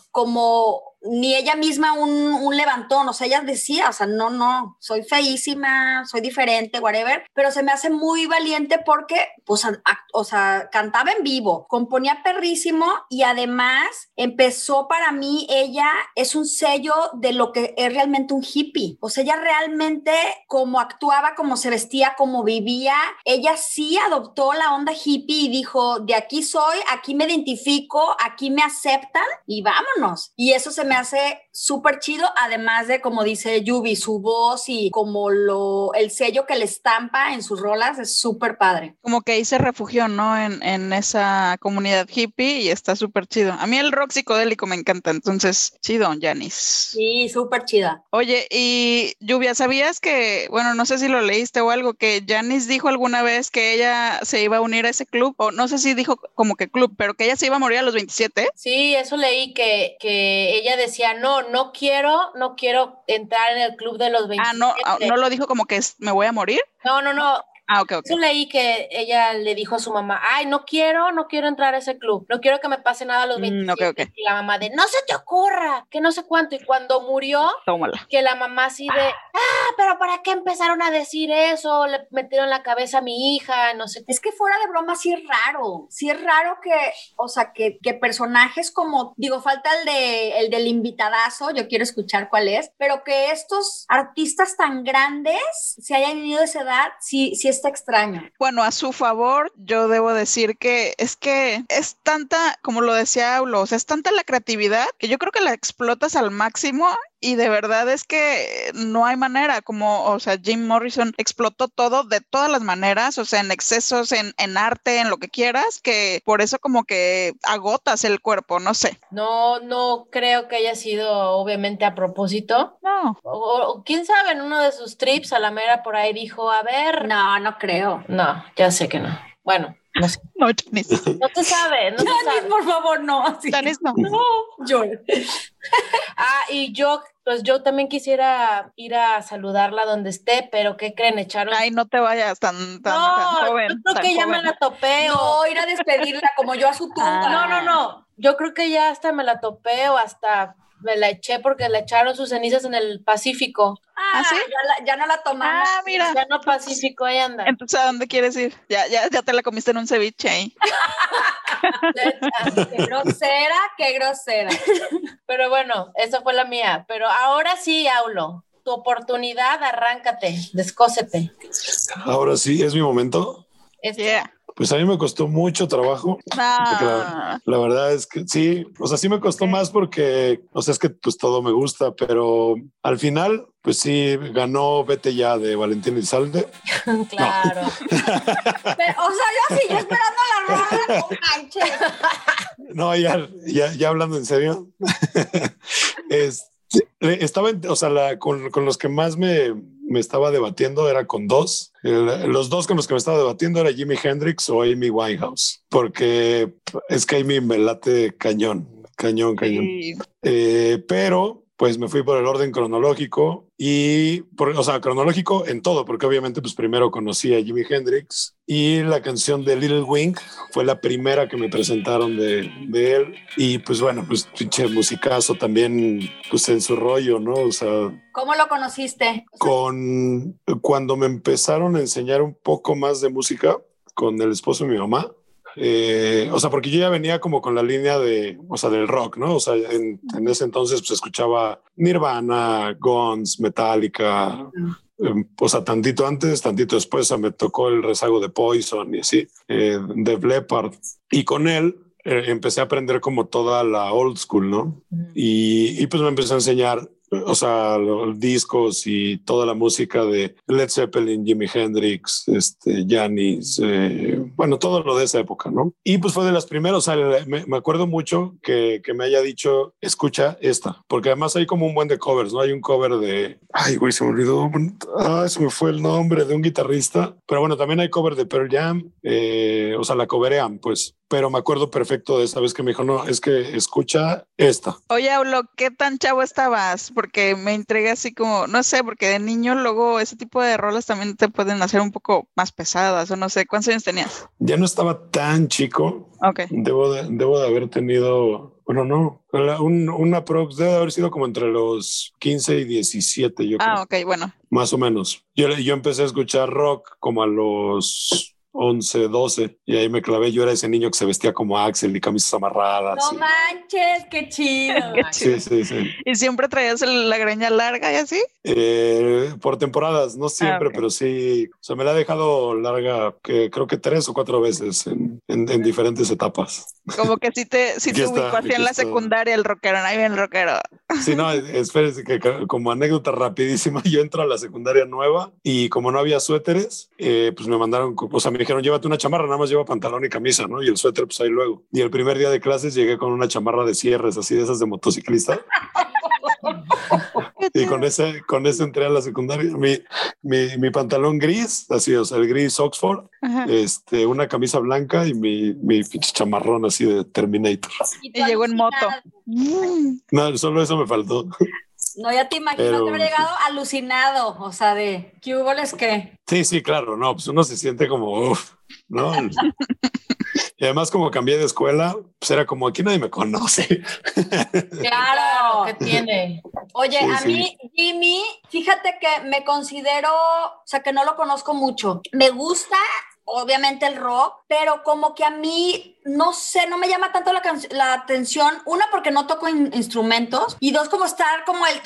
como ni ella misma un, un levantón, o sea, ella decía, o sea, no, no, soy feísima, soy diferente, whatever, pero se me hace muy valiente porque, pues, a, a, o sea, cantaba en vivo, componía perrísimo y además empezó para mí, ella es un sello de lo que es realmente un hippie, o sea, ella realmente como actuaba, como se vestía, como vivía, ella sí adoptó la onda hippie y dijo, de aquí soy, aquí me identifico, aquí me aceptan y vámonos, y eso se me hace súper chido, además de, como dice Yubi, su voz y como lo, el sello que le estampa en sus rolas es súper padre. Como que ahí se refugió, ¿no? En, en esa comunidad hippie y está súper chido. A mí el rock psicodélico me encanta, entonces, chido, Janis. Sí, súper chida. Oye, y Lluvia, ¿sabías que, bueno, no sé si lo leíste o algo, que Janis dijo alguna vez que ella se iba a unir a ese club? O no sé si dijo como que club, pero que ella se iba a morir a los veintisiete. Sí, eso leí, que, que ella decía, no, no quiero, no quiero entrar en el club de los veintisiete. Ah, no, no lo dijo como que es, me voy a morir. No, no, no. Ah, ok, ok. Yo leí que ella le dijo a su mamá, ay, no quiero, no quiero entrar a ese club, no quiero que me pase nada a los veintisiete. Mm, okay, okay. Y la mamá de, no se te ocurra, que no sé cuánto. Y cuando murió, tómala. Que la mamá así de, ah, pero ¿para qué empezaron a decir eso? Le metieron en la cabeza a mi hija, no sé. Es que fuera de broma sí es raro, sí es raro que, o sea, que, que personajes como, digo, falta el, de, el del invitadazo, yo quiero escuchar cuál es, pero que estos artistas tan grandes se hayan ido a esa edad, sí, sí es está extraño. Bueno, a su favor, yo debo decir que es que es tanta, como lo decía Aulo, o sea, es tanta la creatividad que yo creo que la explotas al máximo y de verdad es que no hay manera, como, o sea, Jim Morrison explotó todo de todas las maneras, o sea, en excesos, en, en arte, en lo que quieras, que por eso como que agotas el cuerpo, no sé. No, no creo que haya sido obviamente a propósito. No. O, o quién sabe, en uno de sus trips a la mera por ahí dijo, a ver. No, no creo. No, ya sé que no. Bueno, no sé. No, Janis. No te sabe, no te Janis, sabe. por favor, no. Así. Janis, no. No, yo. Ah, y yo, pues yo también quisiera ir a saludarla donde esté, pero ¿qué creen? Echaron... Ay, no te vayas tan, tan, no, tan joven. yo creo tan que ya joven. me la topé. No, o... ir a despedirla como yo a su tumba. No, no, no. Yo creo que ya hasta me la topé o hasta me la eché porque le echaron sus cenizas en el Pacífico. Ah, ¿Ah, sí? ya, la, ya no la tomamos. Ah, mira. Ya no Pacífico, ahí anda. Entonces, ¿a dónde quieres ir? Ya, ya, ya te la comiste en un ceviche ahí. Qué grosera, qué grosera. Pero bueno, esa fue la mía. Pero ahora sí, Aulo, tu oportunidad, arráncate, descósete. Ahora sí, es mi momento. Este, Yeah. Pues a mí me costó mucho trabajo. Ah. La, la verdad es que sí, o sea, sí me costó okay. más porque, o sea, es que pues todo me gusta, pero al final, pues sí, ganó Vete Ya de Valentín Elizalde. Claro. No. Pero, o sea, yo sí, yo esperando la rola, no manches. No, ya, ya, ya hablando en serio. es, estaba, en, o sea, la, con, con los que más me, me estaba debatiendo era con dos. El, los dos con los que me estaba debatiendo era Jimi Hendrix o Amy Winehouse, porque es que Amy me late cañón, cañón, cañón. Sí. Eh, pero pues me fui por el orden cronológico y, por, o sea, cronológico en todo, porque obviamente pues primero conocí a Jimi Hendrix y la canción de Little Wing fue la primera que me presentaron de, de él y pues bueno, pues pinche musicazo también pues en su rollo, ¿no? O sea... ¿Cómo lo conociste? O sea, con, cuando me empezaron a enseñar un poco más de música con el esposo de mi mamá. Eh, o sea, porque yo ya venía como con la línea de, o sea, del rock, ¿no? O sea, en, en ese entonces pues escuchaba Nirvana, Guns, Metallica, eh, o sea, tantito antes, tantito después, o sea, me tocó el rezago de Poison y así, eh, de Leppard. Y con él eh, empecé a aprender como toda la old school, ¿no? Y, y pues me empezó a enseñar, o sea, los discos y toda la música de Led Zeppelin, Jimi Hendrix, este, Janis, eh, bueno, todo lo de esa época, ¿no? Y pues fue de las primeras, o sea, me, me acuerdo mucho que, que me haya dicho, escucha esta, porque además hay como un buen de covers, ¿no? Hay un cover de, ay, güey, se me olvidó, ah, se me fue el nombre de un guitarrista, pero bueno, también hay cover de Pearl Jam, eh, o sea, la coverean, pues. Pero me acuerdo perfecto de esa vez que me dijo, no, es que escucha esta. Oye, Aulo, ¿qué tan chavo estabas? Porque me intriga así como, no sé, porque de niño luego ese tipo de rolas también te pueden hacer un poco más pesadas o no sé. ¿Cuántos años tenías? Ya no estaba tan chico. Ok. Debo de, debo de haber tenido, Bueno, no, la- un, una prox debe haber sido como entre los quince y diecisiete, yo Ah, creo, ok, bueno. más o menos. Yo, yo empecé a escuchar rock como a los once, doce, y ahí me clavé. Yo era ese niño que se vestía como Axel y camisas amarradas. No y- manches, qué chido. Qué chido. Sí, sí, sí. ¿Y siempre traías el- la greña larga y así? Eh, por temporadas, no siempre, ok. pero sí. O sea, me la he dejado larga, que creo que tres o cuatro veces en, en, en diferentes etapas. Como que sí te, sí Aquí te está, ubicó así en aquí la está. secundaria el rockero, ahí viene el rockero. Sí, no, espérense que ca- como anécdota rapidísima, yo entro a la secundaria nueva y como no había suéteres, eh, pues me mandaron, co- o sea, me dijeron, llévate una chamarra, nada más lleva pantalón y camisa, ¿no? Y el suéter, pues ahí luego. Y el primer día de clases llegué con una chamarra de cierres, así de esas de motociclista. Y con ese, con ese entré a la secundaria. Mi, mi, mi pantalón gris, así, o sea, el gris Oxford, Ajá. este, una camisa blanca y mi, mi pinche chamarrón así de Terminator. Y, Y llegó en moto. Mm. No, solo eso me faltó. No, ya te imagino Pero- te haber llegado alucinado, o sea, de ¿qué hubo les qué? Sí, sí, claro, no, pues uno se siente como, uf, ¿no? Y además como cambié de escuela, pues era como, aquí nadie me conoce. Claro. ¿Qué tiene? Oye, Sí, a sí. mí, Jimmy, fíjate que me considero, o sea, que no lo conozco mucho. Me gusta, obviamente, el rock, pero como que a mí, no sé, no me llama tanto la, can- la atención. Una, porque no toco in- instrumentos. Y dos, como estar como el...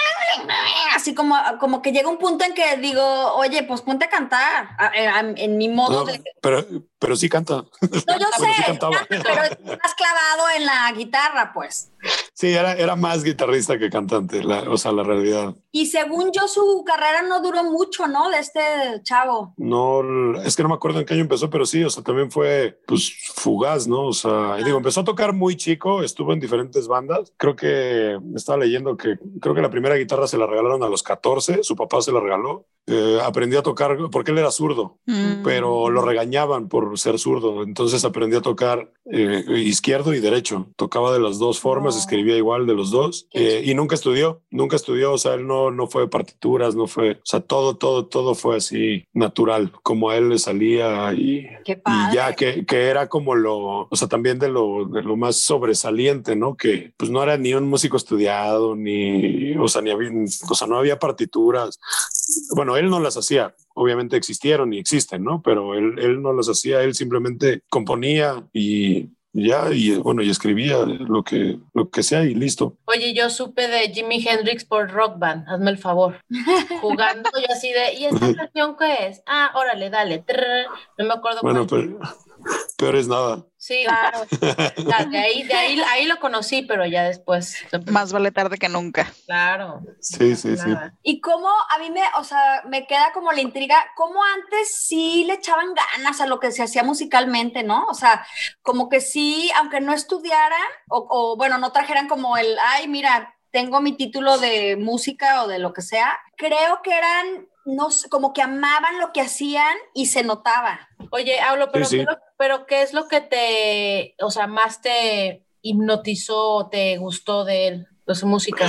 Así como, como que llega un punto en que digo, oye, pues ponte a cantar. A- a- En mi modo No, de... pero, pero sí canta. No, yo Bueno, sí sé, cantaba. pero estás clavado en la guitarra, pues. Sí, era, era más guitarrista que cantante, la, o sea, la realidad. Y según yo, su carrera no duró mucho, ¿no? De este chavo. No, es que no me acuerdo en qué año empezó, pero sí, o sea, también fue, pues, fugaz, ¿no? O sea, y digo, empezó a tocar muy chico, estuvo en diferentes bandas. Creo que estaba leyendo que creo que la primera guitarra se la regalaron a los catorce, su papá se la regaló. Eh, aprendió a tocar porque él era zurdo, Mm. pero lo regañaban por ser zurdo. Entonces aprendió a tocar eh, izquierdo y derecho. Tocaba de las dos formas, No. escribía igual de los dos Qué eh, y nunca estudió, nunca estudió. O sea, él no, no fue partituras, no fue, o sea, todo, todo, todo fue así natural, como a él le salía y, Qué y padre. ya que, que era como lo, o sea, también de lo, de lo más sobresaliente, ¿no? Que pues no era ni un músico estudiado, ni, o sea, ni había, o sea, no había partituras. Bueno, él no las hacía, obviamente existieron y existen, ¿no? Pero él, él no las hacía, él simplemente componía y ya, y bueno, y escribía lo que, lo que sea y listo. Oye, yo supe de Jimi Hendrix por Rock Band, hazme el favor. Jugando, yo así de, ¿y esta canción qué es? Ah, órale, dale. Trrr. No me acuerdo Bueno, cuál. pero peor es nada. Sí, claro. Ya, de ahí, de ahí, ahí lo conocí, pero ya después. Más vale tarde que nunca. Claro. Sí, sí, sí. Nada. Y cómo a mí me, o sea, me queda como la intriga, cómo antes sí le echaban ganas a lo que se hacía musicalmente, ¿no? O sea, como que sí, aunque no estudiaran, o, o bueno, no trajeran como el, ay, mira, tengo mi título de música o de lo que sea, creo que eran, no sé, como que amaban lo que hacían y se notaba. Oye, hablo, pero, Sí, sí. ¿qué, pero ¿qué es lo que te, o sea, más te hipnotizó, te gustó de él, de su música?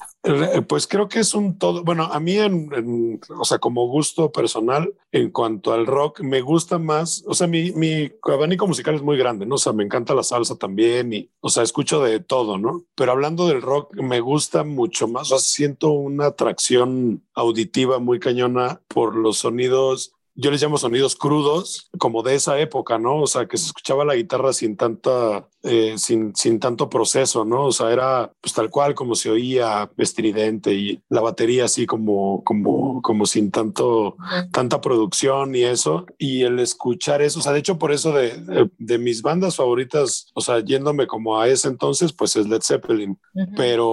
Eh, Pues creo que es un todo, bueno, a mí, en, en, o sea, como gusto personal, en cuanto al rock, me gusta más, o sea, mi, mi abanico musical es muy grande, ¿no? O sea, me encanta la salsa también y, o sea, escucho de todo, ¿no? Pero hablando del rock, me gusta mucho más, o sea, siento una atracción auditiva muy cañona por los sonidos. Yo les llamo sonidos crudos, como de esa época, ¿no? O sea, que se escuchaba la guitarra sin tanta, eh, sin, sin tanto proceso, ¿no? O sea, era pues tal cual como se oía, estridente, y la batería así como, como, como sin tanto, tanta producción y eso. Y el escuchar eso, o sea, de hecho, por eso de, de, de mis bandas favoritas, o sea, yéndome como a ese entonces, pues es Led Zeppelin. Ujú. Pero,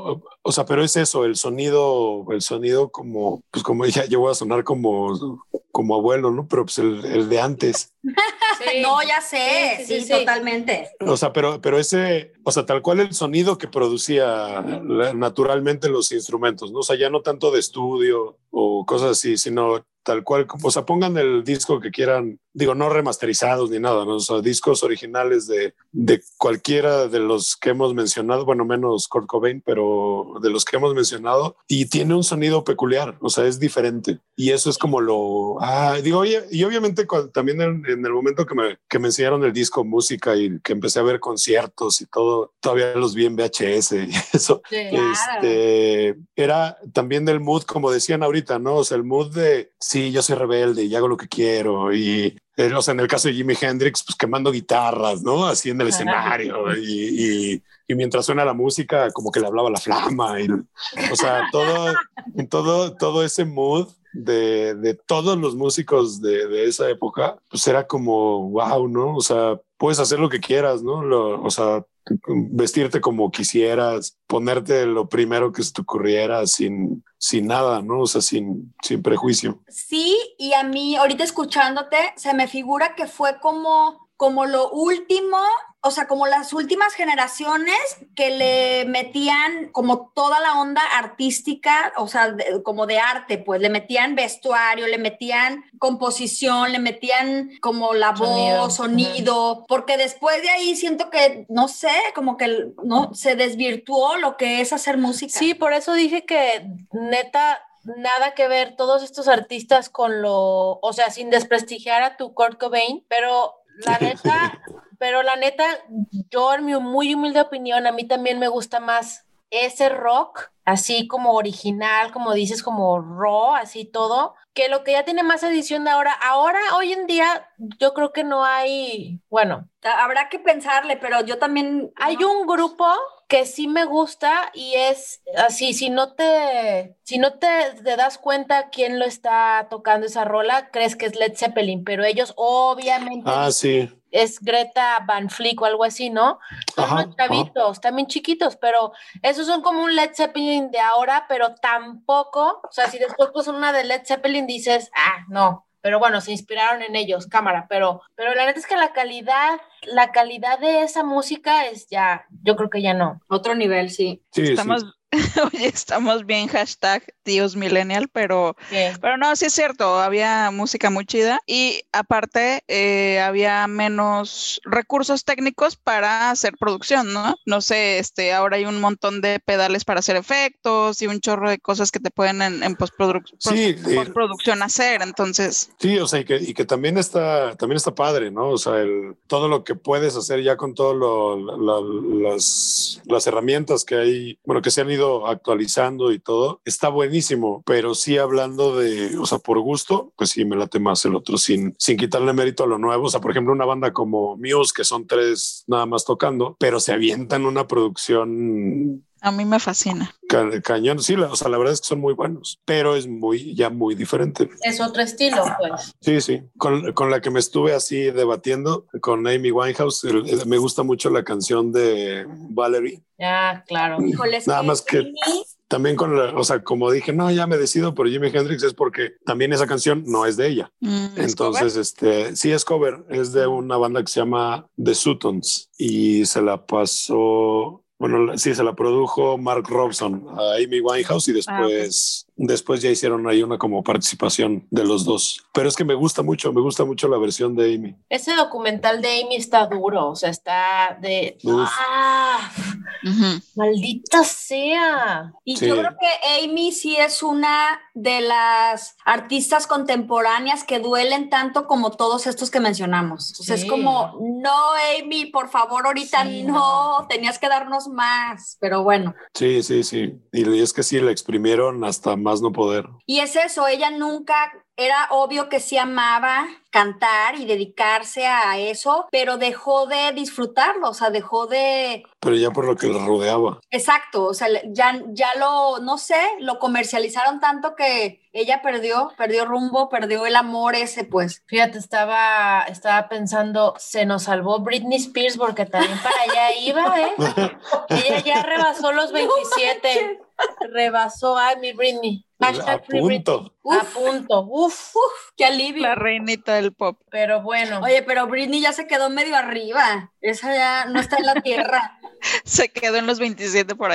o sea, pero es eso, el sonido, el sonido como, pues como ya yo voy a sonar como, como abuelo, ¿no? Pero pues el, el de antes. Sí. No, ya sé, Sí, sí, sí, sí, sí. totalmente. O sea, pero, pero ese, o sea, tal cual el sonido que producía la- naturalmente los instrumentos, ¿no? O sea, ya no tanto de estudio o cosas así, sino tal cual, o sea, pongan el disco que quieran digo, no remasterizados ni nada, ¿no? O sea, discos originales de, de cualquiera de los que hemos mencionado, bueno, menos Kurt Cobain, pero de los que hemos mencionado, y tiene un sonido peculiar, o sea, es diferente. Y eso es como lo... Ah, digo, oye, y obviamente cuando, también en, en el momento que me, que me enseñaron el disco música y que empecé a ver conciertos y todo, todavía los vi en V H S y eso. Sí, este, era también del mood, como decían ahorita, ¿no? O sea, el mood de, sí, yo soy rebelde y hago lo que quiero y... O sea, en el caso de Jimi Hendrix, pues quemando guitarras, ¿no? Así en el escenario y, y, y mientras suena la música, como que le hablaba la flama. Y, o sea, todo, todo, todo ese mood de, de todos los músicos de, de esa época, pues era como, wow, ¿no? O sea, puedes hacer lo que quieras, ¿no? Lo, o sea, vestirte como quisieras, ponerte lo primero que se te ocurriera sin, sin nada, ¿no? O sea, sin, sin prejuicio. Sí, y a mí, ahorita escuchándote, se me figura que fue como, como lo último, o sea, como las últimas generaciones que le metían como toda la onda artística, o sea, de, como de arte, pues le metían vestuario, le metían composición, le metían como la Sonido. voz, sonido, uh-huh. Porque después de ahí siento que, no sé, como que no se desvirtuó lo que es hacer música. Sí, por eso dije que neta... Nada que ver todos estos artistas con lo, o sea, sin desprestigiar a tu Kurt Cobain, pero la neta, pero la neta, yo en mi muy humilde opinión, a mí también me gusta más ese rock, así como original, como dices, como raw, así todo, que lo que ya tiene más edición de ahora. Ahora, hoy en día, yo creo que no hay, bueno. Habrá que pensarle, pero yo también... Hay un grupo que sí me gusta y es así, si no te, si no te, te das cuenta quién lo está tocando esa rola, crees que es Led Zeppelin, pero ellos obviamente... Ah, sí. Es Greta Van Fleet o algo así, ¿no? Son Ajá, unos chavitos, ajá. También chiquitos, pero esos son como un Led Zeppelin de ahora, pero tampoco, o sea, si después pues una de Led Zeppelin dices, ah, no, pero bueno, se inspiraron en ellos, cámara, pero, pero la neta es que la calidad, la calidad de esa música es ya, yo creo que ya no. Otro nivel, sí. Sí, Estamos, sí. Oye, estamos bien hashtag tíos millennial, pero, Bien. pero no, sí es cierto, había música muy chida y aparte eh, había menos recursos técnicos para hacer producción, ¿no? No sé, este, ahora hay un montón de pedales para hacer efectos y un chorro de cosas que te pueden en, en postproduc- Sí, post- postproducción hacer, entonces... Sí, o sea, y que, y que también está, también está padre, ¿no? O sea, el, todo lo que puedes hacer ya con todas las, las herramientas que hay, bueno, que se han ido actualizando y todo, está buenísimo, pero sí hablando de, o sea, por gusto, pues sí me late más el otro, sin, sin quitarle mérito a lo nuevo. O sea, por ejemplo, una banda como Muse, que son tres nada más tocando, pero se avientan una producción... A mí me fascina. Ca- cañón, sí, la, o sea, la verdad es que son muy buenos, pero es muy, ya muy diferente. Es otro estilo, pues. Sí, sí. Con, con la que me estuve así debatiendo, con Amy Winehouse, el- el- me gusta mucho la canción de Valerie. Ya, claro. Híjole, Nada sí, más que sí. también con la, o sea, como dije, no, ya me decido por Jimi Hendrix, es porque también esa canción no es de ella. Mm, ¿es Entonces, cover? este, sí es cover, es de una banda que se llama The Sutons y se la pasó, bueno, sí, se la produjo Mark Robson a Amy Winehouse y después, ah, okay. después ya hicieron ahí una como participación de los dos. Pero es que me gusta mucho, me gusta mucho la versión de Amy. Ese documental de Amy está duro, o sea, está de... Uf. ¡Ah! Ujú. ¡Maldita sea! Y Sí. yo creo que Amy sí es una de las artistas contemporáneas que duelen tanto como todos estos que mencionamos. O sea, Sí. es como, no, Amy, por favor, ahorita Sí, no, no. tenías que darnos más, pero bueno. Sí, sí, sí. Y es que sí, la exprimieron hasta más no poder. Y es eso, ella nunca, era obvio que sí amaba cantar y dedicarse a eso, pero dejó de disfrutarlo, o sea, dejó de... Pero ya por lo que la rodeaba. Exacto, o sea, ya, ya lo, no sé, lo comercializaron tanto que ella perdió, perdió rumbo, perdió el amor ese, pues. Fíjate, estaba, estaba pensando, se nos salvó Britney Spears porque también para allá iba, ¿eh? Ella ya rebasó los veintisiete. Rebasó, ay, mi Britney. A Hashtag Free punto. Britney. A punto. Uf, Uf, qué alivio. La reinita del pop. pero bueno. Oye, pero Britney ya se quedó medio arriba. Esa ya no está en la tierra. Se quedó en los veintisiete por allá.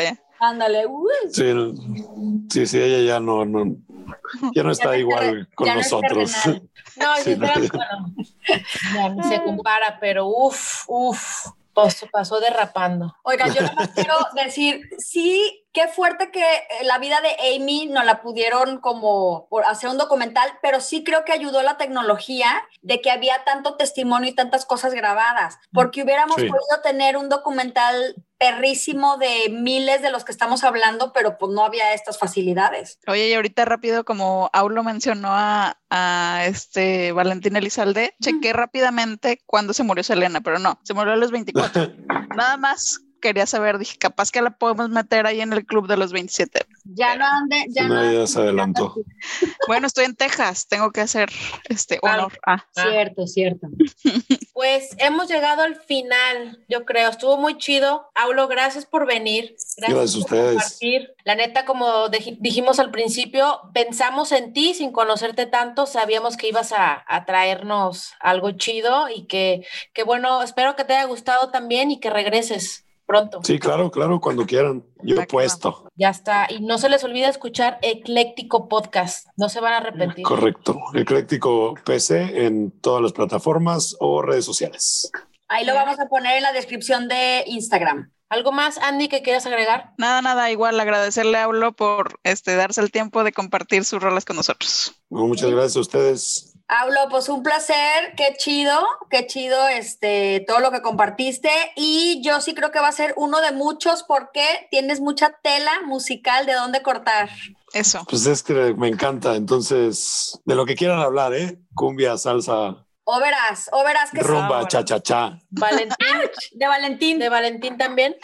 Ándale. Uh. Sí, sí, sí, ella ya no, no ya no está no igual terre- con ya no es nosotros. terrenal. No, Sí, no, sinceramente, ya- bueno, ya ni se compara, pero uff, uff, pasó, pasó derrapando. Oiga, yo nada más quiero decir, sí, qué fuerte que eh, la vida de Amy no la pudieron como por hacer un documental, pero sí creo que ayudó la tecnología de que había tanto testimonio y tantas cosas grabadas, porque hubiéramos Sí. podido tener un documental perrísimo de miles de los que estamos hablando, pero pues no había estas facilidades. Oye, y ahorita rápido, como Aulo mencionó a, a este Valentín Elizalde, chequé rápidamente cuándo se murió Selena, pero no, se murió a los veinticuatro. Nada más quería saber, dije, capaz que la podemos meter ahí en el club de los veintisiete. Ya no ande, ya No, no. ya se adelantó. Bueno, estoy en Texas, tengo que hacer este honor. Ah, Cierto, cierto. Pues hemos llegado al final, yo creo. Estuvo muy chido. Aulo, gracias por venir. Gracias, Gracias a por ustedes. compartir. La neta, como dij- dijimos al principio, pensamos en ti sin conocerte tanto. Sabíamos que ibas a, a traernos algo chido y que, que, bueno, espero que te haya gustado también y que regreses pronto. Sí, claro, claro, cuando quieran. Yo Va he que va. puesto. Ya está. Y no se les olvide escuchar Ecléctico Podcast. No se van a arrepentir. Correcto. Ecléctico P C en todas las plataformas o redes sociales. Ahí lo vamos a poner en la descripción de Instagram. ¿Algo más, Andy, que quieras agregar? nada, nada, igual agradecerle a Aulo por este darse el tiempo de compartir sus rolas con nosotros. No, muchas gracias a ustedes. Aulo, pues un placer, qué chido, qué chido este, todo lo que compartiste y yo sí creo que va a ser uno de muchos porque tienes mucha tela musical de dónde cortar. Eso. Pues es que me encanta. Entonces, de lo que quieran hablar, ¿eh? Cumbia, salsa, O verás, o verás que sí. rumba, cha, cha, cha. Valentín, De Valentín. de Valentín también.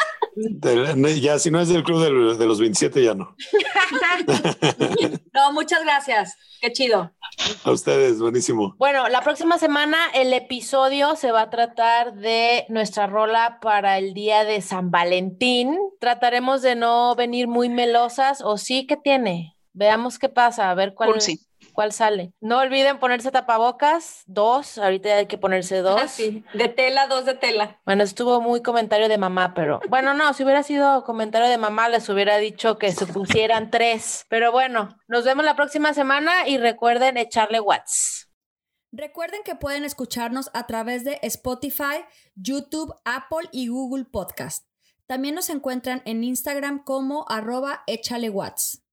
De- ya, si no es del club de, de los veintisiete, ya no. No, muchas gracias, qué chido. A ustedes, buenísimo. Bueno, la próxima semana el episodio se va a tratar de nuestra rola para el día de San Valentín. Trataremos de no venir muy melosas, o sí que tiene. Veamos qué pasa, a ver cuál, Cursi. cuál sale. No olviden ponerse tapabocas, dos, ahorita hay que ponerse dos. Ah, sí, de tela, dos de tela. Bueno, estuvo muy comentario de mamá, pero bueno, no, si hubiera sido comentario de mamá, les hubiera dicho que se pusieran tres. Pero bueno, nos vemos la próxima semana y recuerden echarle watts. Recuerden que pueden escucharnos a través de Spotify, YouTube, Apple y Google Podcast. También nos encuentran en Instagram como arroba échale watts.